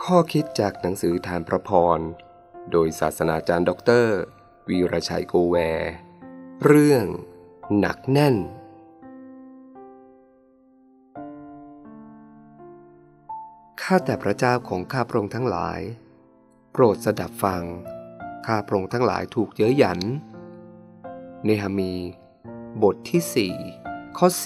ข้อคิดจากหนังสือทานพระพรโดยศาสนาจารย์ดร.วีรชัยโกแวร์เรื่องหนักแน่นข้าแต่พระเจ้าของข้าพระองค์ทั้งหลายโปรดสดับฟังข้าพระองค์ทั้งหลายถูกเย้ยหยันเนหะมีบทที่4ข้อ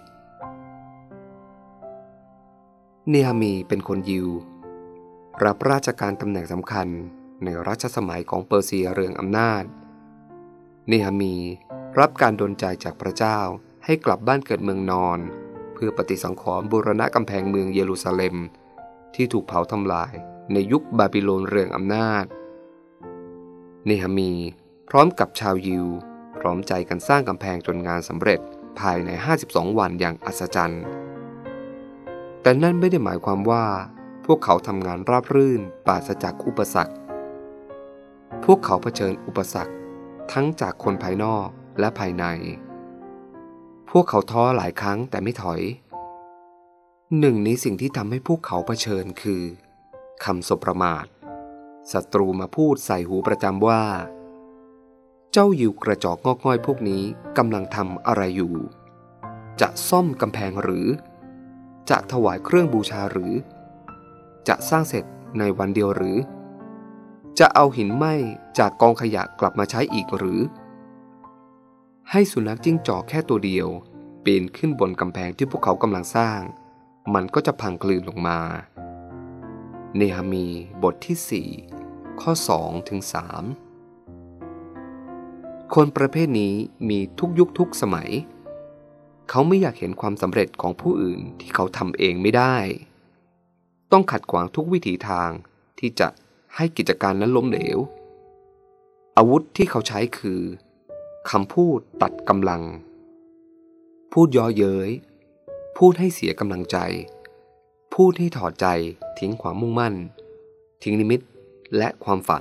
4เนหะมีเป็นคนยิวรับราชการตำแหน่งสำคัญในรัชสมัยของเปอร์เซียเรืองอำนาจเนหะมีรับการดลใจจากพระเจ้าให้กลับบ้านเกิดเมืองนอนเพื่อปฏิสังขรณ์บูรณะกำแพงเมืองเยรูซาเล็มที่ถูกเผาทำลายในยุคบาบิโลนเรืองอำนาจเนหะมีพร้อมกับชาวยิวพร้อมใจกันสร้างกำแพงจนงานสำเร็จภายใน52 วันอย่างอัศจรรย์แต่นั่นไม่ได้หมายความว่าพวกเขาทำงานราบรื่นปราศจากอุปสรรคพวกเขาเผชิญอุปสรรคทั้งจากคนภายนอกและภายในพวกเขาท้อหลายครั้งแต่ไม่ถอยหนึ่งในสิ่งที่ทำให้พวกเขาเผชิญคือคำสบประมาทศัตรูมาพูดใส่หูประจำว่าเจ้ายิวกระจอกงอกง่อยพวกนี้กำลังทำอะไรอยู่จะซ่อมกำแพงหรือจะถวายเครื่องบูชาหรือจะสร้างเสร็จในวันเดียวหรือจะเอาหินไหม้จากกองขยะกลับมาใช้อีกหรือให้สุนัขจิ้งจอกแค่ตัวเดียวปีนขึ้นบนกำแพงที่พวกเขากำลังสร้างมันก็จะพังคลืนลงมาเนหะมีบทที่4ข้อ2ถึง3คนประเภทนี้มีทุกยุคทุกสมัยเขาไม่อยากเห็นความสำเร็จของผู้อื่นที่เขาทำเองไม่ได้ต้องขัดขวางทุกวิถีทางที่จะให้กิจการนั้นล้มเหลวอาวุธที่เขาใช้คือคำพูดตัดกำลังพูดเย้อเย้ยพูดให้เสียกำลังใจพูดให้ถอดใจทิ้งความมุ่งมั่นทิ้งนิมิตและความฝัน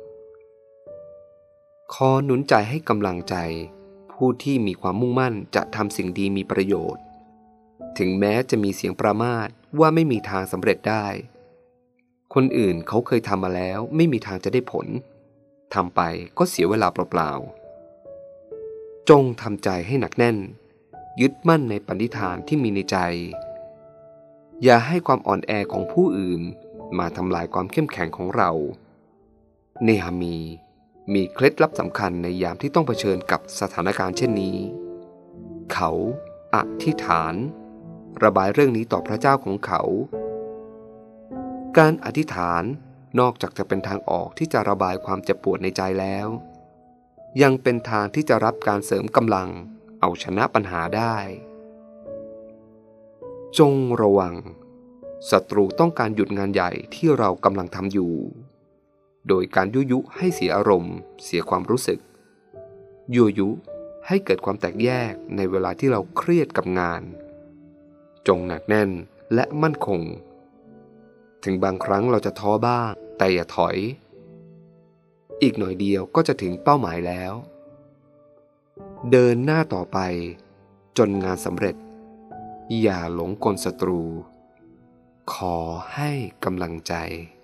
ขอหนุนใจให้กำลังใจผู้ที่มีความมุ่งมั่นจะทำสิ่งดีมีประโยชน์ถึงแม้จะมีเสียงประมาทว่าไม่มีทางสำเร็จได้คนอื่นเขาเคยทำมาแล้วไม่มีทางจะได้ผลทำไปก็เสียเวลาเปล่าๆจงทำใจให้หนักแน่นยึดมั่นในปณิธานที่มีในใจอย่าให้ความอ่อนแอของผู้อื่นมาทำลายความเข้มแข็งของเราเนหะมีเคล็ดลับสำคัญในยามที่ต้องเผชิญกับสถานการณ์เช่นนี้เขาอธิษฐานระบายเรื่องนี้ต่อพระเจ้าของเขาการอธิษฐานนอกจากจะเป็นทางออกที่จะระบายความเจ็บปวดในใจแล้วยังเป็นทางที่จะรับการเสริมกำลังเอาชนะปัญหาได้จงระวังศัตรูต้องการหยุดงานใหญ่ที่เรากำลังทำอยู่โดยการยุยให้เสียอารมณ์เสียความรู้สึกยั่วยุให้เกิดความแตกแยกในเวลาที่เราเครียดกับงานจงหนักแน่นและมั่นคงถึงบางครั้งเราจะท้อบ้างแต่อย่าถอยอีกหน่อยเดียวก็จะถึงเป้าหมายแล้วเดินหน้าต่อไปจนงานสำเร็จอย่าหลงกลศัตรูขอให้กำลังใจ